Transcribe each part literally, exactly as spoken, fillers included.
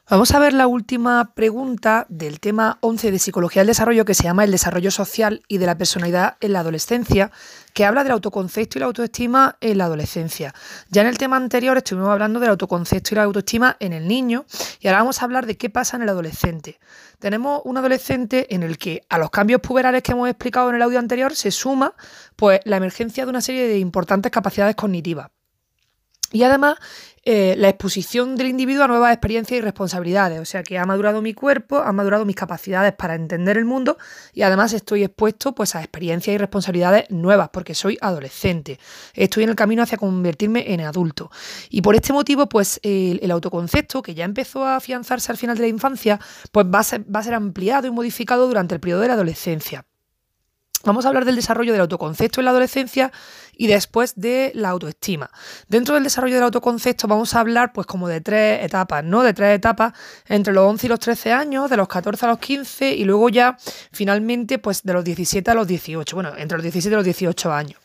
Vamos a ver la última pregunta del tema once de Psicología del Desarrollo, que se llama el desarrollo social y de la personalidad en la adolescencia, que habla del autoconcepto y la autoestima en la adolescencia. Ya en el tema anterior estuvimos hablando del autoconcepto y la autoestima en el niño, y ahora vamos a hablar de qué pasa en el adolescente. Tenemos un adolescente en el que a los cambios puberales que hemos explicado en el audio anterior se suma pues, la emergencia de una serie de importantes capacidades cognitivas. Y además, eh, la exposición del individuo a nuevas experiencias y responsabilidades. O sea que ha madurado mi cuerpo, han madurado mis capacidades para entender el mundo y además estoy expuesto pues, a experiencias y responsabilidades nuevas porque soy adolescente. Estoy en el camino hacia convertirme en adulto. Y por este motivo, pues el, el autoconcepto, que ya empezó a afianzarse al final de la infancia, pues va a ser, va a ser ampliado y modificado durante el periodo de la adolescencia. Vamos a hablar del desarrollo del autoconcepto en la adolescencia y después de la autoestima. Dentro del desarrollo del autoconcepto vamos a hablar pues como de tres etapas, ¿no? De tres etapas entre los once y los trece años, de los catorce a los quince y luego ya finalmente pues de los diecisiete a los dieciocho, bueno, entre los diecisiete y los dieciocho años.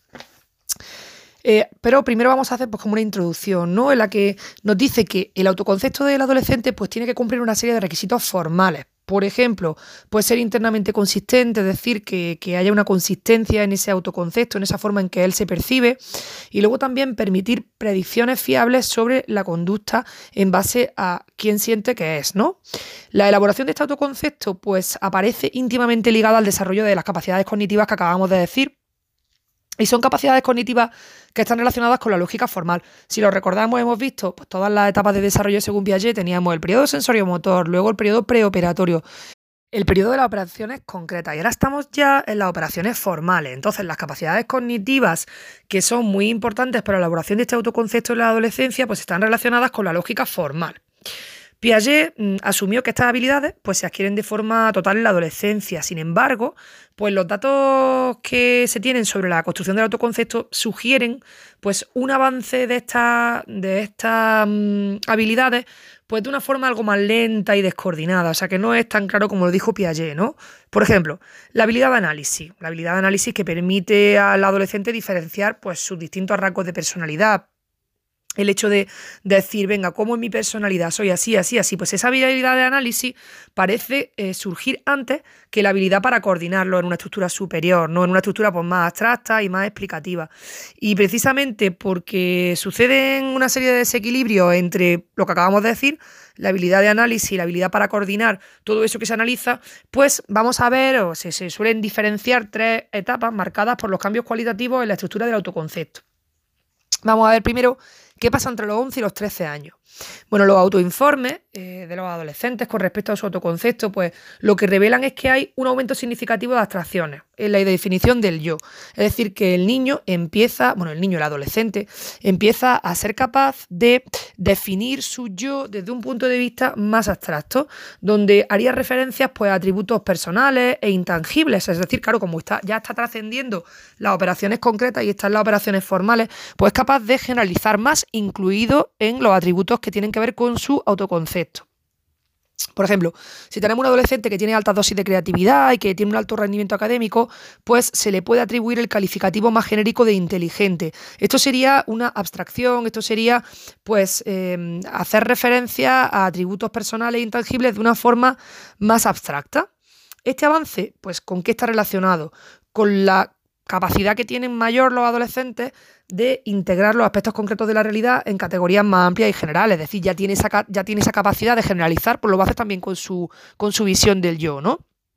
Eh, pero primero vamos a hacer pues como una introducción, ¿no? En la que nos dice que el autoconcepto del adolescente pues tiene que cumplir una serie de requisitos formales. Por ejemplo, puede ser internamente consistente, es decir, que, que haya una consistencia en ese autoconcepto, en esa forma en que él se percibe, y luego también permitir predicciones fiables sobre la conducta en base a quién siente que es, ¿no? La elaboración de este autoconcepto pues aparece íntimamente ligada al desarrollo de las capacidades cognitivas que acabamos de decir. Y son capacidades cognitivas que están relacionadas con la lógica formal. Si lo recordamos, hemos visto pues, todas las etapas de desarrollo según Piaget. Teníamos el periodo sensorio-motor, luego el periodo preoperatorio, el periodo de las operaciones concretas. Y ahora estamos ya en las operaciones formales. Entonces, las capacidades cognitivas que son muy importantes para la elaboración de este autoconcepto en la adolescencia, pues están relacionadas con la lógica formal. Piaget mmm, asumió que estas habilidades pues, se adquieren de forma total en la adolescencia. Sin embargo, pues los datos que se tienen sobre la construcción del autoconcepto sugieren pues, un avance de estas de estas mmm, habilidades pues, de una forma algo más lenta y descoordinada. O sea, que no es tan claro como lo dijo Piaget, ¿no? Por ejemplo, la habilidad de análisis. La habilidad de análisis que permite al adolescente diferenciar pues, sus distintos rasgos de personalidad. El hecho de decir, venga, ¿cómo es mi personalidad? Soy así, así, así. Pues esa habilidad de análisis parece eh, surgir antes que la habilidad para coordinarlo en una estructura superior, ¿no? En una estructura pues, más abstracta y más explicativa. Y precisamente porque suceden una serie de desequilibrios entre lo que acabamos de decir, la habilidad de análisis y la habilidad para coordinar todo eso que se analiza, pues vamos a ver, o se, se suelen diferenciar tres etapas marcadas por los cambios cualitativos en la estructura del autoconcepto. Vamos a ver primero qué pasa entre los once y los trece años. Bueno, los autoinformes eh, de los adolescentes con respecto a su autoconcepto, pues lo que revelan es que hay un aumento significativo de abstracciones en la definición del yo. Es decir, que el niño empieza, bueno, el niño, el adolescente, empieza a ser capaz de definir su yo desde un punto de vista más abstracto, donde haría referencias pues, a atributos personales e intangibles. Es decir, claro, como está, ya está trascendiendo las operaciones concretas y están las operaciones formales, pues es capaz de generalizar más, incluido en los atributos que tienen que ver con su autoconcepto. Por ejemplo, si tenemos un adolescente que tiene altas dosis de creatividad y que tiene un alto rendimiento académico, pues se le puede atribuir el calificativo más genérico de inteligente. Esto sería una abstracción, esto sería pues eh, hacer referencia a atributos personales e intangibles de una forma más abstracta. Este avance, pues, ¿con qué está relacionado? Con la capacidad que tienen mayor los adolescentes de integrar los aspectos concretos de la realidad en categorías más amplias y generales. Es decir, ya tiene esa, ya tiene esa capacidad de generalizar, pues lo va a hacer también con su, con su visión del yo, ¿no?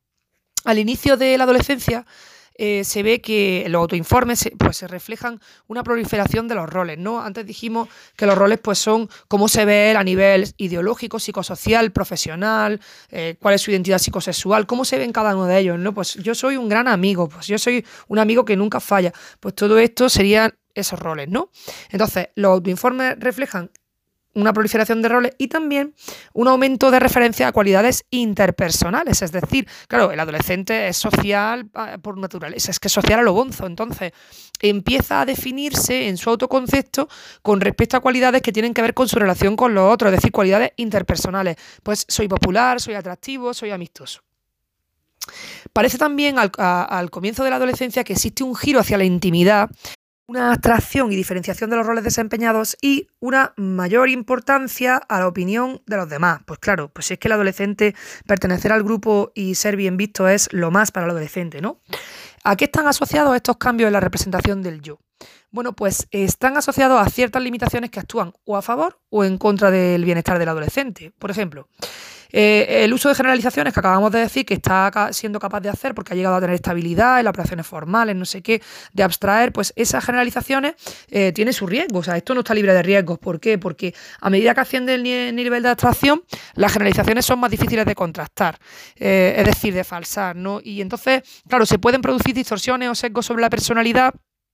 Al inicio de la adolescencia eh, se ve que en los autoinformes se, pues, se reflejan una proliferación de los roles, ¿no? Antes dijimos que los roles pues, son cómo se ve él a nivel ideológico, psicosocial, profesional, eh, cuál es su identidad psicosexual, cómo se ve en cada uno de ellos, ¿no? Pues yo soy un gran amigo, pues yo soy un amigo que nunca falla. Pues todo esto serían esos roles, ¿no? Entonces, los autoinformes reflejan una proliferación de roles y también un aumento de referencia a cualidades interpersonales. Es decir, claro, el adolescente es social por naturaleza, es que es social a lo bonzo. Entonces, empieza a definirse en su autoconcepto con respecto a cualidades que tienen que ver con su relación con los otros, es decir, cualidades interpersonales. Pues soy popular, soy atractivo, soy amistoso. Parece también al, a, al comienzo de la adolescencia que existe un giro hacia la intimidad una abstracción y diferenciación de los roles desempeñados y una mayor importancia a la opinión de los demás. Pues claro, pues si es que el adolescente pertenecer al grupo y ser bien visto es lo más para el adolescente, ¿no? ¿A qué están asociados estos cambios en la representación del yo? Bueno, pues están asociados a ciertas limitaciones que actúan o a favor o en contra del bienestar del adolescente. Por ejemplo, eh, el uso de generalizaciones que acabamos de decir que está siendo capaz de hacer porque ha llegado a tener estabilidad en las operaciones formales, no sé qué, de abstraer, pues esas generalizaciones eh, tienen su riesgo. O sea, esto no está libre de riesgos. ¿Por qué? Porque a medida que asciende el nivel de abstracción, las generalizaciones son más difíciles de contrastar, eh, es decir, de falsar, ¿no? Y entonces, claro, se pueden producir distorsiones o sesgos sobre la personalidad.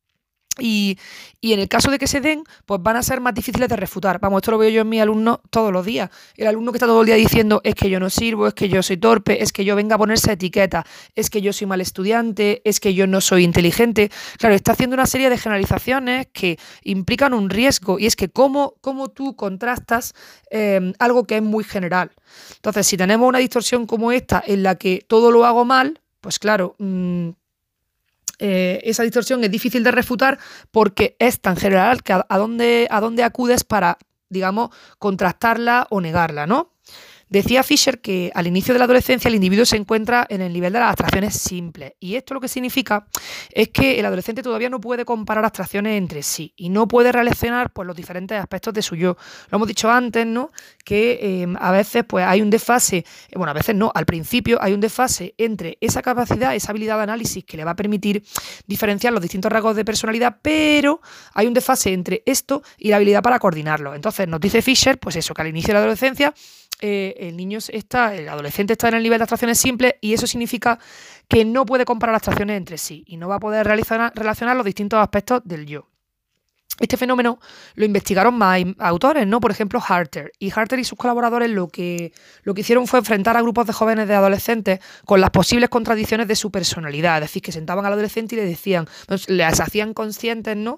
Y, y en el caso de que se den, pues van a ser más difíciles de refutar. Vamos, esto lo veo yo en mis alumnos todos los días. El alumno que está todo el día diciendo es que yo no sirvo, es que yo soy torpe, es que yo venga a ponerse etiqueta, es que yo soy mal estudiante, es que yo no soy inteligente. Claro, está haciendo una serie de generalizaciones que implican un riesgo y es que cómo, cómo tú contrastas eh, algo que es muy general. Entonces, si tenemos una distorsión como esta en la que todo lo hago mal, pues claro... Mmm, Eh, esa distorsión es difícil de refutar porque es tan general que a, a, dónde, a dónde acudes para, digamos, contrastarla o negarla, ¿no? Decía Fisher que al inicio de la adolescencia el individuo se encuentra en el nivel de las abstracciones simples y esto lo que significa es que el adolescente todavía no puede comparar abstracciones entre sí y no puede relacionar pues, los diferentes aspectos de su yo. Lo hemos dicho antes, ¿no? Que eh, a veces pues, hay un desfase, bueno, a veces no, al principio hay un desfase entre esa capacidad, esa habilidad de análisis que le va a permitir diferenciar los distintos rasgos de personalidad, pero hay un desfase entre esto y la habilidad para coordinarlo. Entonces nos dice Fisher, pues eso, que al inicio de la adolescencia Eh, el niño está, el adolescente está en el nivel de abstracciones simples y eso significa que no puede comparar abstracciones entre sí y no va a poder realizar, relacionar los distintos aspectos del yo. Este fenómeno lo investigaron más autores, ¿no? Por ejemplo, Harter. Y Harter y sus colaboradores lo que, lo que hicieron fue enfrentar a grupos de jóvenes de adolescentes con las posibles contradicciones de su personalidad. Es decir, que sentaban al adolescente y le decían, pues, les hacían conscientes, ¿no?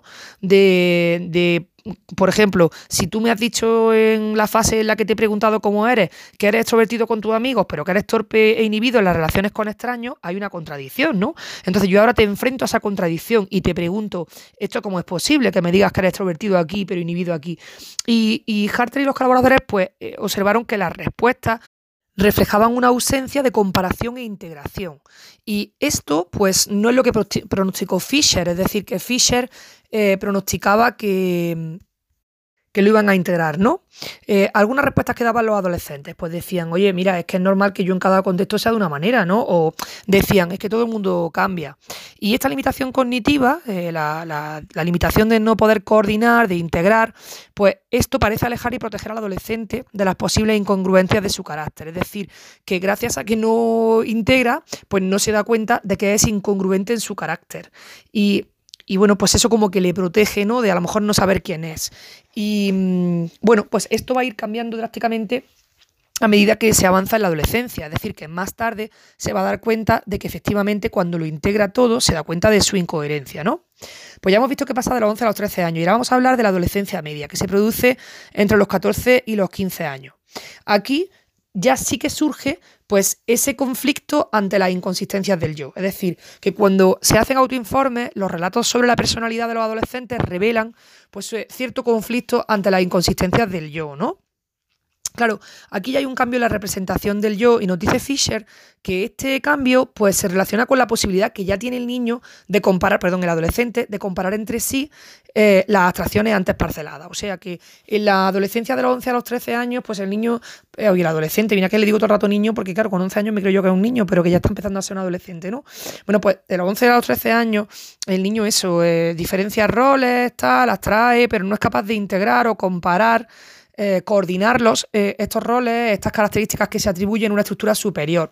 De, de por ejemplo, si tú me has dicho en la fase en la que te he preguntado cómo eres, que eres extrovertido con tus amigos, pero que eres torpe e inhibido en las relaciones con extraños, hay una contradicción, ¿no? Entonces yo ahora te enfrento a esa contradicción y te pregunto, ¿esto cómo es posible que me digas que eres extrovertido aquí, pero inhibido aquí? Y, y Harter y los colaboradores pues eh, observaron que las respuestas reflejaban una ausencia de comparación e integración. Y esto, pues, no es lo que pronosticó Fisher, es decir, que Fisher eh, pronosticaba que, que lo iban a integrar, ¿no? Eh, algunas respuestas que daban los adolescentes, pues decían, oye, mira, es que es normal que yo en cada contexto sea de una manera, ¿no? O decían, es que todo el mundo cambia. Y esta limitación cognitiva, eh, la, la, la limitación de no poder coordinar, de integrar, pues esto parece alejar y proteger al adolescente de las posibles incongruencias de su carácter. Es decir, que gracias a que no integra, pues no se da cuenta de que es incongruente en su carácter. Y Y bueno, pues eso como que le protege, ¿no? De a lo mejor no saber quién es. Y bueno, pues esto va a ir cambiando drásticamente a medida que se avanza en la adolescencia. Es decir, que más tarde se va a dar cuenta de que efectivamente cuando lo integra todo se da cuenta de su incoherencia, ¿no? Pues ya hemos visto que pasa de los once a los trece años y ahora vamos a hablar de la adolescencia media, que se produce entre los catorce y los quince años. Aquí ya sí que surge pues ese conflicto ante las inconsistencias del yo. Es decir, que cuando se hacen autoinformes, los relatos sobre la personalidad de los adolescentes revelan pues cierto conflicto ante las inconsistencias del yo, ¿no? Claro, aquí ya hay un cambio en la representación del yo y nos dice Fisher que este cambio pues, se relaciona con la posibilidad que ya tiene el niño de comparar, perdón, el adolescente, de comparar entre sí eh, las abstracciones antes parceladas. O sea que en la adolescencia de los once a los trece años, pues el niño, eh, o el adolescente, mira que le digo todo el rato niño porque claro, con once años me creo yo que es un niño, pero que ya está empezando a ser un adolescente, ¿no? Bueno, pues de los once a los trece años, el niño eso, eh, diferencia roles, tal, las trae, pero no es capaz de integrar o comparar Eh, coordinarlos, eh, estos roles, estas características que se atribuyen a una estructura superior.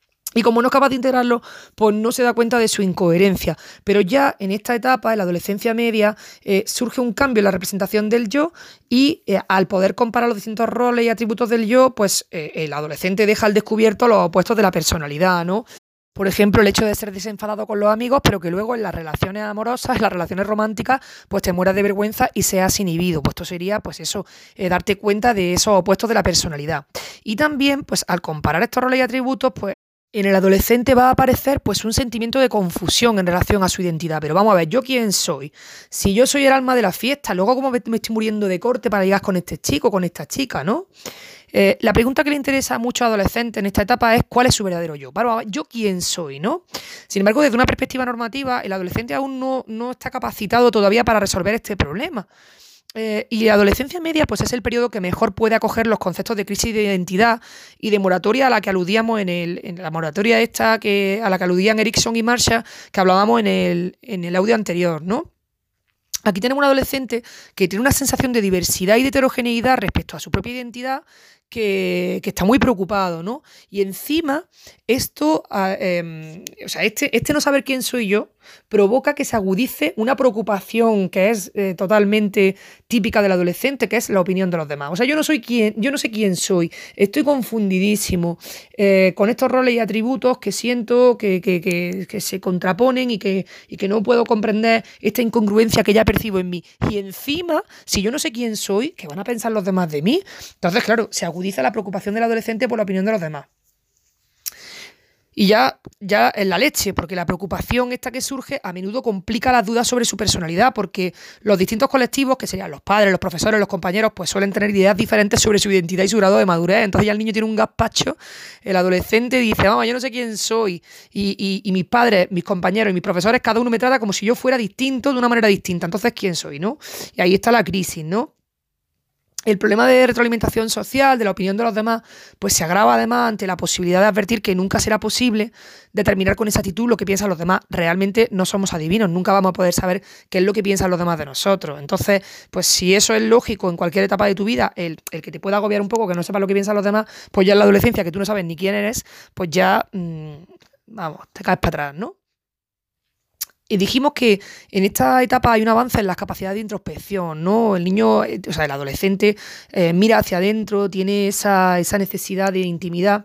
Y como no es capaz de integrarlo, pues no se da cuenta de su incoherencia. Pero ya en esta etapa, en la adolescencia media, eh, surge un cambio en la representación del yo y eh, al poder comparar los distintos roles y atributos del yo, pues eh, el adolescente deja al descubierto los opuestos de la personalidad, ¿no? Por ejemplo, el hecho de ser desenfadado con los amigos, pero que luego en las relaciones amorosas, en las relaciones románticas, pues te mueras de vergüenza y seas inhibido. Pues esto sería, pues eso, eh, darte cuenta de esos opuestos de la personalidad. Y también, pues al comparar estos roles y atributos, pues En el adolescente va a aparecer pues un sentimiento de confusión en relación a su identidad. Pero vamos a ver, ¿yo quién soy? Si yo soy el alma de la fiesta, luego cómo me me estoy muriendo de corte para ligar con este chico, con esta chica, ¿no? Eh, la pregunta que le interesa a muchos adolescentes en esta etapa es ¿cuál es su verdadero yo? Vamos a ver, ¿yo quién soy, no? Sin embargo, desde una perspectiva normativa, el adolescente aún no, no está capacitado todavía para resolver este problema. Eh, y la adolescencia media pues es el periodo que mejor puede acoger los conceptos de crisis de identidad y de moratoria a la que aludíamos en, el, en la moratoria esta que, a la que aludían Erikson y Marshall, que hablábamos en el, en el audio anterior, ¿no? Aquí tenemos un adolescente que tiene una sensación de diversidad y de heterogeneidad respecto a su propia identidad que, que está muy preocupado, ¿no? Y encima, esto, ah, eh, o sea, este, este no saber quién soy yo provoca que se agudice una preocupación que es eh, totalmente típica del adolescente, que es la opinión de los demás. O sea, yo no soy quién, yo no sé quién soy, estoy confundidísimo eh, con estos roles y atributos que siento que, que, que, que se contraponen y que, y que no puedo comprender esta incongruencia que ya percibo en mí. Y encima, si yo no sé quién soy, ¿qué van a pensar los demás de mí? Entonces, claro, se agudiza la preocupación del adolescente por la opinión de los demás. Y ya, ya en la leche, porque la preocupación esta que surge a menudo complica las dudas sobre su personalidad, porque los distintos colectivos, que serían los padres, los profesores, los compañeros, pues suelen tener ideas diferentes sobre su identidad y su grado de madurez. Entonces ya el niño tiene un gazpacho, el adolescente dice, vamos, yo no sé quién soy, y, y, y mis padres, mis compañeros y mis profesores, cada uno me trata como si yo fuera distinto de una manera distinta. Entonces, ¿quién soy, no? Y ahí está la crisis, ¿no? El problema de retroalimentación social, de la opinión de los demás, pues se agrava además ante la posibilidad de advertir que nunca será posible determinar con exactitud lo que piensan los demás. Realmente no somos adivinos, nunca vamos a poder saber qué es lo que piensan los demás de nosotros. Entonces, pues si eso es lógico en cualquier etapa de tu vida, el, el que te pueda agobiar un poco, que no sepas lo que piensan los demás, pues ya en la adolescencia, que tú no sabes ni quién eres, pues ya, mmm, vamos, te caes para atrás, ¿no? Y dijimos que en esta etapa hay un avance en las capacidades de introspección, ¿no? El niño, eh, o sea, el adolescente eh, mira hacia adentro, tiene esa, esa necesidad de intimidad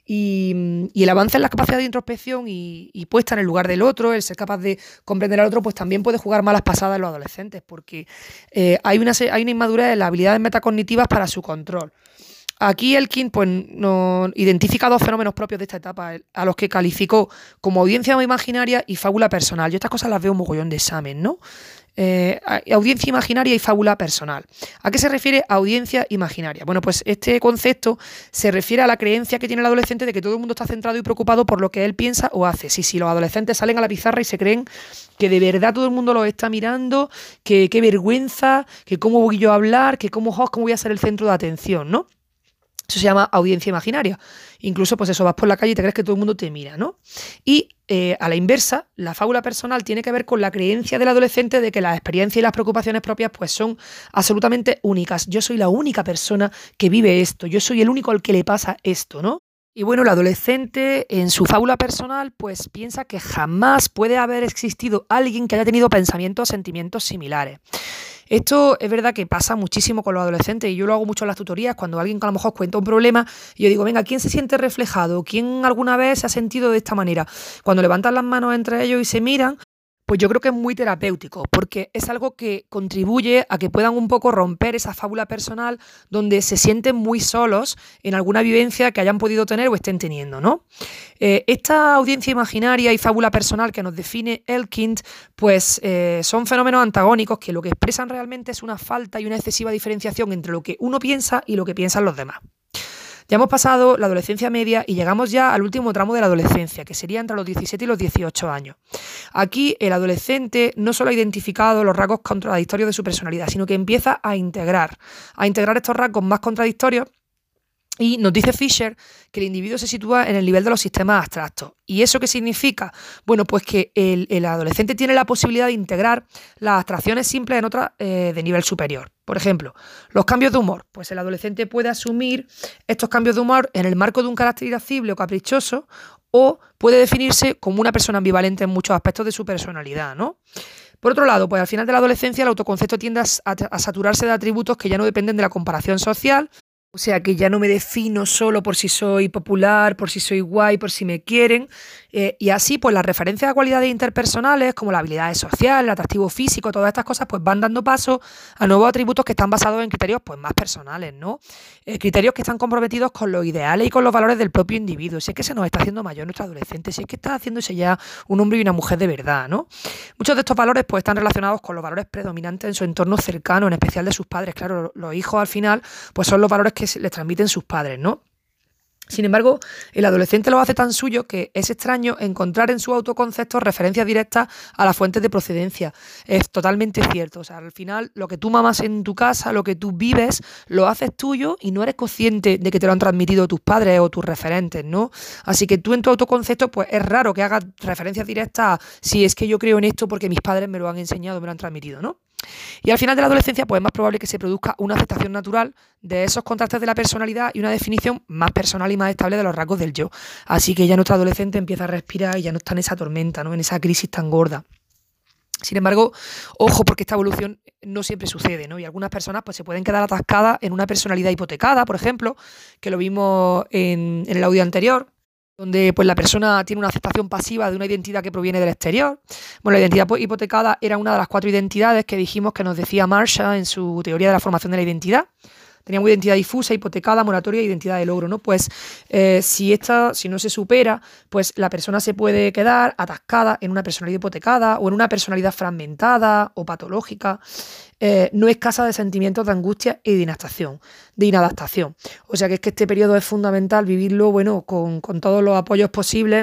y, y el avance en las capacidades de introspección y, y puesta en el lugar del otro, el ser capaz de comprender al otro, pues también puede jugar malas pasadas en los adolescentes porque eh, hay, una, hay una inmadurez en las habilidades metacognitivas para su control. Aquí Elkin pues, nos identifica dos fenómenos propios de esta etapa, a los que calificó como audiencia imaginaria y fábula personal. Yo estas cosas las veo un mogollón de examen, ¿no? Eh, audiencia imaginaria y fábula personal. ¿A qué se refiere audiencia imaginaria? Bueno, pues este concepto se refiere a la creencia que tiene el adolescente de que todo el mundo está centrado y preocupado por lo que él piensa o hace. Sí, sí, los adolescentes salen a la pizarra y se creen que de verdad todo el mundo los está mirando, que qué vergüenza, que cómo voy yo a hablar, que cómo, oh, cómo voy a ser el centro de atención, ¿no? Eso se llama audiencia imaginaria. Incluso, pues eso, vas por la calle y te crees que todo el mundo te mira, ¿no? Y eh, a la inversa, la fábula personal tiene que ver con la creencia del adolescente de que las experiencias y las preocupaciones propias pues son absolutamente únicas. Yo soy la única persona que vive esto, yo soy el único al que le pasa esto, ¿no? Y bueno, el adolescente en su fábula personal pues piensa que jamás puede haber existido alguien que haya tenido pensamientos o sentimientos similares. Esto es verdad que pasa muchísimo con los adolescentes y yo lo hago mucho en las tutorías cuando alguien que a lo mejor cuenta un problema y yo digo, venga, ¿quién se siente reflejado? ¿Quién alguna vez se ha sentido de esta manera? Cuando levantan las manos entre ellos y se miran, pues yo creo que es muy terapéutico, porque es algo que contribuye a que puedan un poco romper esa fábula personal donde se sienten muy solos en alguna vivencia que hayan podido tener o estén teniendo, ¿no? Eh, esta audiencia imaginaria y fábula personal que nos define Elkind, pues eh, son fenómenos antagónicos que lo que expresan realmente es una falta y una excesiva diferenciación entre lo que uno piensa y lo que piensan los demás. Ya hemos pasado la adolescencia media y llegamos ya al último tramo de la adolescencia, que sería entre los diecisiete y los dieciocho años. Aquí el adolescente no solo ha identificado los rasgos contradictorios de su personalidad, sino que empieza a integrar, a integrar estos rasgos más contradictorios. Y nos dice Fisher que el individuo se sitúa en el nivel de los sistemas abstractos. ¿Y eso qué significa? Bueno, pues que el, el adolescente tiene la posibilidad de integrar las abstracciones simples en otras eh, de nivel superior. Por ejemplo, los cambios de humor. Pues el adolescente puede asumir estos cambios de humor en el marco de un carácter irascible o caprichoso o puede definirse como una persona ambivalente en muchos aspectos de su personalidad, ¿no? Por otro lado, pues al final de la adolescencia el autoconcepto tiende a, a saturarse de atributos que ya no dependen de la comparación social, O sea que ya no me defino solo por si soy popular, por si soy guay, por si me quieren. Eh, y así, pues las referencias a cualidades interpersonales, como las habilidades sociales, el atractivo físico, todas estas cosas, pues van dando paso a nuevos atributos que están basados en criterios pues, más personales, ¿no? Eh, criterios que están comprometidos con los ideales y con los valores del propio individuo. Si es que se nos está haciendo mayor nuestro adolescente, si es que está haciéndose ya un hombre y una mujer de verdad, ¿no? Muchos de estos valores pues, están relacionados con los valores predominantes en su entorno cercano, en especial de sus padres. Claro, los hijos al final pues son los valores que les transmiten sus padres, ¿no? Sin embargo, el adolescente lo hace tan suyo que es extraño encontrar en su autoconcepto referencias directas a las fuentes de procedencia. Es totalmente cierto. O sea, al final, lo que tú mamas en tu casa, lo que tú vives, lo haces tuyo y no eres consciente de que te lo han transmitido tus padres o tus referentes, ¿no? Así que tú en tu autoconcepto, pues es raro que hagas referencias directas a si es que yo creo en esto porque mis padres me lo han enseñado, me lo han transmitido, ¿no? Y al final de la adolescencia, pues es más probable que se produzca una aceptación natural de esos contrastes de la personalidad y una definición más personal y más estable de los rasgos del yo. Así que ya nuestro adolescente empieza a respirar y ya no está en esa tormenta, ¿no? En esa crisis tan gorda. Sin embargo, ojo, porque esta evolución no siempre sucede, ¿no? Y algunas personas pues, se pueden quedar atascadas en una personalidad hipotecada, por ejemplo, que lo vimos en, en el audio anterior, donde pues, la persona tiene una aceptación pasiva de una identidad que proviene del exterior. Bueno, la identidad hipotecada era una de las cuatro identidades que dijimos que nos decía Marshall en su teoría de la formación de la identidad. Teníamos identidad difusa, hipotecada, moratoria e identidad de logro, ¿no? Pues eh, si esta, si no se supera, pues la persona se puede quedar atascada en una personalidad hipotecada o en una personalidad fragmentada o patológica, eh, no escasa de sentimientos de angustia y de inadaptación, de inadaptación. O sea que es que este periodo es fundamental vivirlo, bueno, con, con todos los apoyos posibles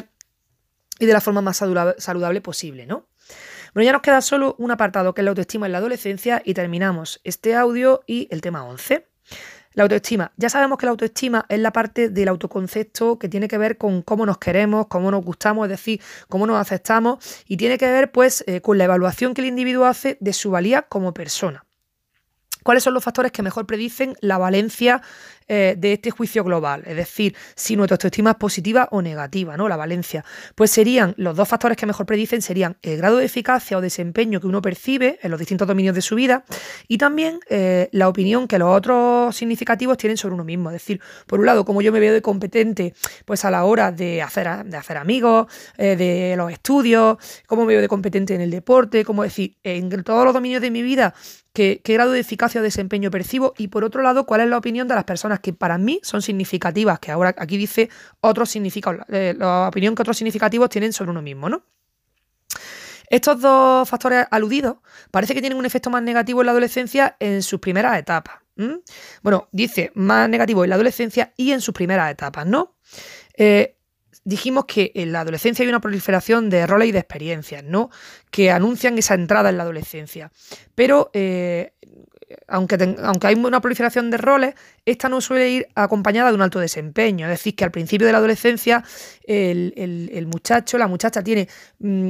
y de la forma más saludable, saludable posible, ¿no? Bueno, ya nos queda solo un apartado que es la autoestima en la adolescencia y terminamos este audio y el tema once. La autoestima. Ya sabemos que la autoestima es la parte del autoconcepto que tiene que ver con cómo nos queremos, cómo nos gustamos, es decir, cómo nos aceptamos y tiene que ver pues eh, con la evaluación que el individuo hace de su valía como persona. ¿Cuáles son los factores que mejor predicen la valencia eh, de este juicio global? Es decir, si nuestra autoestima es positiva o negativa, ¿no? La valencia. Pues serían, los dos factores que mejor predicen serían el grado de eficacia o desempeño que uno percibe en los distintos dominios de su vida y también eh, la opinión que los otros significativos tienen sobre uno mismo. Es decir, por un lado, cómo yo me veo de competente pues a la hora de hacer, de hacer amigos, eh, de los estudios, cómo me veo de competente en el deporte, cómo decir, en todos los dominios de mi vida, ¿Qué, qué grado de eficacia o desempeño percibo? Y por otro lado, ¿cuál es la opinión de las personas que para mí son significativas? Que ahora aquí dice otros significados, eh, la opinión que otros significativos tienen sobre uno mismo, ¿no? Estos dos factores aludidos parece que tienen un efecto más negativo en la adolescencia en sus primeras etapas. ¿Mm? Bueno, dice más negativo en la adolescencia y en sus primeras etapas, ¿no? Eh, Dijimos que en la adolescencia hay una proliferación de roles y de experiencias, ¿no? Que anuncian esa entrada en la adolescencia. Pero, eh, aunque, ten, aunque hay una proliferación de roles, esta no suele ir acompañada de un alto desempeño. Es decir, que al principio de la adolescencia el, el, el muchacho, la muchacha tiene mmm,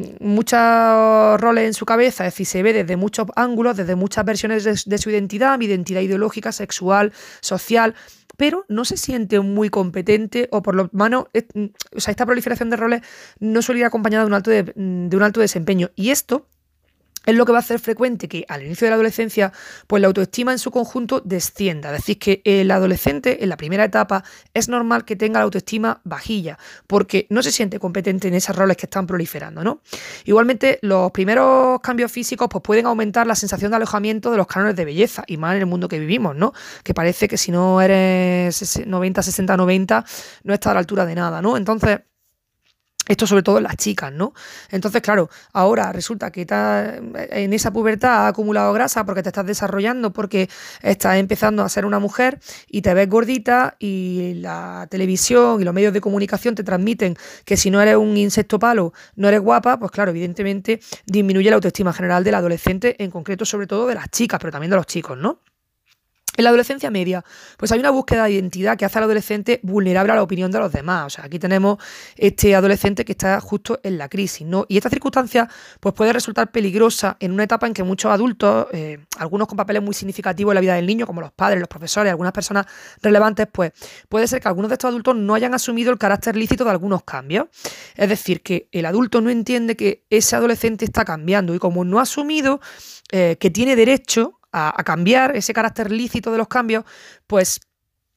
muchos roles en su cabeza, es decir, se ve desde muchos ángulos, desde muchas versiones de, de su identidad, mi identidad ideológica, sexual, social, pero no se siente muy competente o por lo menos, o sea, esta proliferación de roles no suele ir acompañada de un alto, de, de un alto desempeño. Y esto es lo que va a hacer frecuente que al inicio de la adolescencia pues la autoestima en su conjunto descienda. Es decir, que el adolescente en la primera etapa es normal que tenga la autoestima bajilla porque no se siente competente en esos roles que están proliferando, ¿no? Igualmente, los primeros cambios físicos pues, pueden aumentar la sensación de alejamiento de los cánones de belleza y más en el mundo que vivimos, ¿no? Que parece que si no eres noventa, sesenta, noventa no estás a la altura de nada, ¿no? Entonces, esto sobre todo en las chicas, ¿no? Entonces, claro, ahora resulta que estás en esa pubertad has acumulado grasa porque te estás desarrollando, porque estás empezando a ser una mujer y te ves gordita y la televisión y los medios de comunicación te transmiten que si no eres un insecto palo no eres guapa, pues claro, evidentemente disminuye la autoestima general del adolescente, en concreto sobre todo de las chicas, pero también de los chicos, ¿no? En la adolescencia media, pues hay una búsqueda de identidad que hace al adolescente vulnerable a la opinión de los demás. O sea, aquí tenemos este adolescente que está justo en la crisis, ¿no? Y esta circunstancia pues puede resultar peligrosa en una etapa en que muchos adultos, eh, algunos con papeles muy significativos en la vida del niño, como los padres, los profesores, algunas personas relevantes, pues puede ser que algunos de estos adultos no hayan asumido el carácter lícito de algunos cambios. Es decir, que el adulto no entiende que ese adolescente está cambiando y como no ha asumido eh, que tiene derecho A, a cambiar ese carácter lícito de los cambios, pues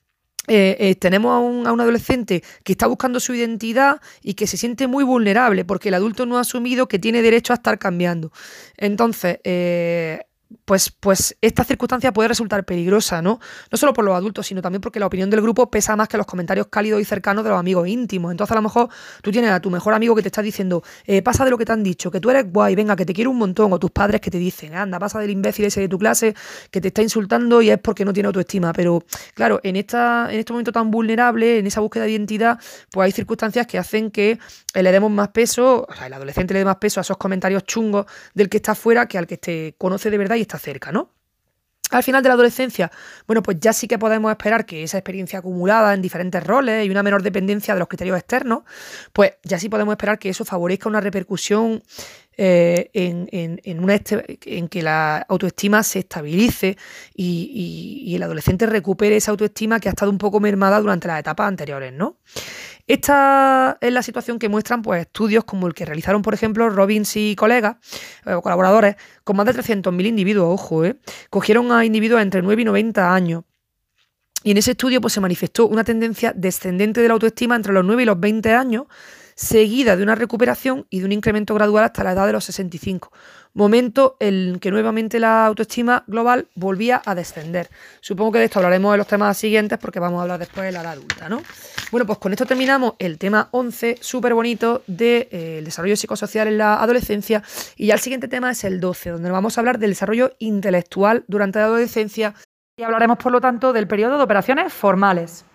Eh, eh, tenemos a un, a un adolescente que está buscando su identidad y que se siente muy vulnerable porque el adulto no ha asumido que tiene derecho a estar cambiando. Entonces, eh, pues, pues esta circunstancia puede resultar peligrosa, ¿no? No solo por los adultos, sino también porque la opinión del grupo pesa más que los comentarios cálidos y cercanos de los amigos íntimos. Entonces, a lo mejor tú tienes a tu mejor amigo que te está diciendo, eh, pasa de lo que te han dicho, que tú eres guay, venga, que te quiero un montón, o tus padres que te dicen, anda, pasa del imbécil ese de tu clase que te está insultando y es porque no tiene autoestima. Pero, claro, en, esta, en este momento tan vulnerable, en esa búsqueda de identidad, pues hay circunstancias que hacen que eh, le demos más peso, o sea, el adolescente le dé más peso a esos comentarios chungos del que está fuera que al que te conoce de verdad y está cerca, ¿no? Al final de la adolescencia, bueno, pues ya sí que podemos esperar que esa experiencia acumulada en diferentes roles y una menor dependencia de los criterios externos, pues ya sí podemos esperar que eso favorezca una repercusión eh, en, en, en, una este, en que la autoestima se estabilice y, y, y el adolescente recupere esa autoestima que ha estado un poco mermada durante las etapas anteriores, ¿no? Esta es la situación que muestran pues, estudios como el que realizaron, por ejemplo, Robbins y colegas eh, o colaboradores con más de trescientos mil individuos, ojo, eh, cogieron a individuos entre nueve y noventa años. Y en ese estudio pues, se manifestó una tendencia descendente de la autoestima entre los nueve y los veinte años, seguida de una recuperación y de un incremento gradual hasta la edad de los sesenta y cinco, momento en que nuevamente la autoestima global volvía a descender. Supongo que de esto hablaremos en los temas siguientes porque vamos a hablar después de la edad adulta, ¿no? Bueno, pues con esto terminamos el tema once, súper bonito, del de, eh, desarrollo psicosocial en la adolescencia, y ya el siguiente tema es el doce, donde vamos a hablar del desarrollo intelectual durante la adolescencia y hablaremos, por lo tanto, del periodo de operaciones formales.